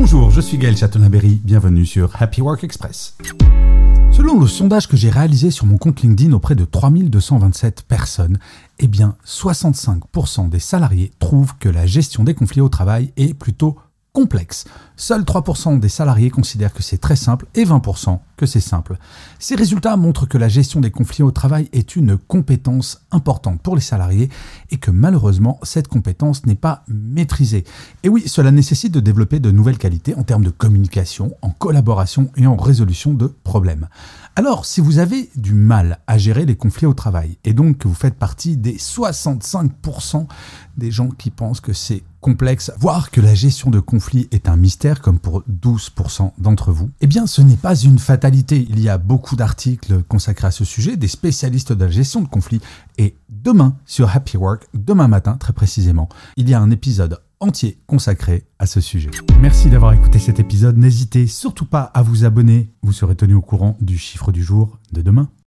Bonjour, je suis Gaël Chatonaberry, bienvenue sur Happy Work Express. Selon le sondage que j'ai réalisé sur mon compte LinkedIn auprès de 3227 personnes, 65% des salariés trouvent que la gestion des conflits au travail est plutôt complexe. Seuls 3% des salariés considèrent que c'est très simple et 20% que c'est simple. Ces résultats montrent que la gestion des conflits au travail est une compétence importante pour les salariés et que malheureusement, cette compétence n'est pas maîtrisée. Et oui, cela nécessite de développer de nouvelles qualités en termes de communication, en collaboration et en résolution de problèmes. Alors, si vous avez du mal à gérer les conflits au travail et donc que vous faites partie des 65% des gens qui pensent que c'est complexe, voire que la gestion de conflits est un mystère comme pour 12% d'entre vous, eh bien ce n'est pas une fatalité. Il y a beaucoup d'articles consacrés à ce sujet, des spécialistes de la gestion de conflits. Et demain, sur Happy Work, demain matin très précisément, il y a un épisode entier consacré à ce sujet. Merci d'avoir écouté cet épisode. N'hésitez surtout pas à vous abonner. Vous serez tenu au courant du chiffre du jour de demain.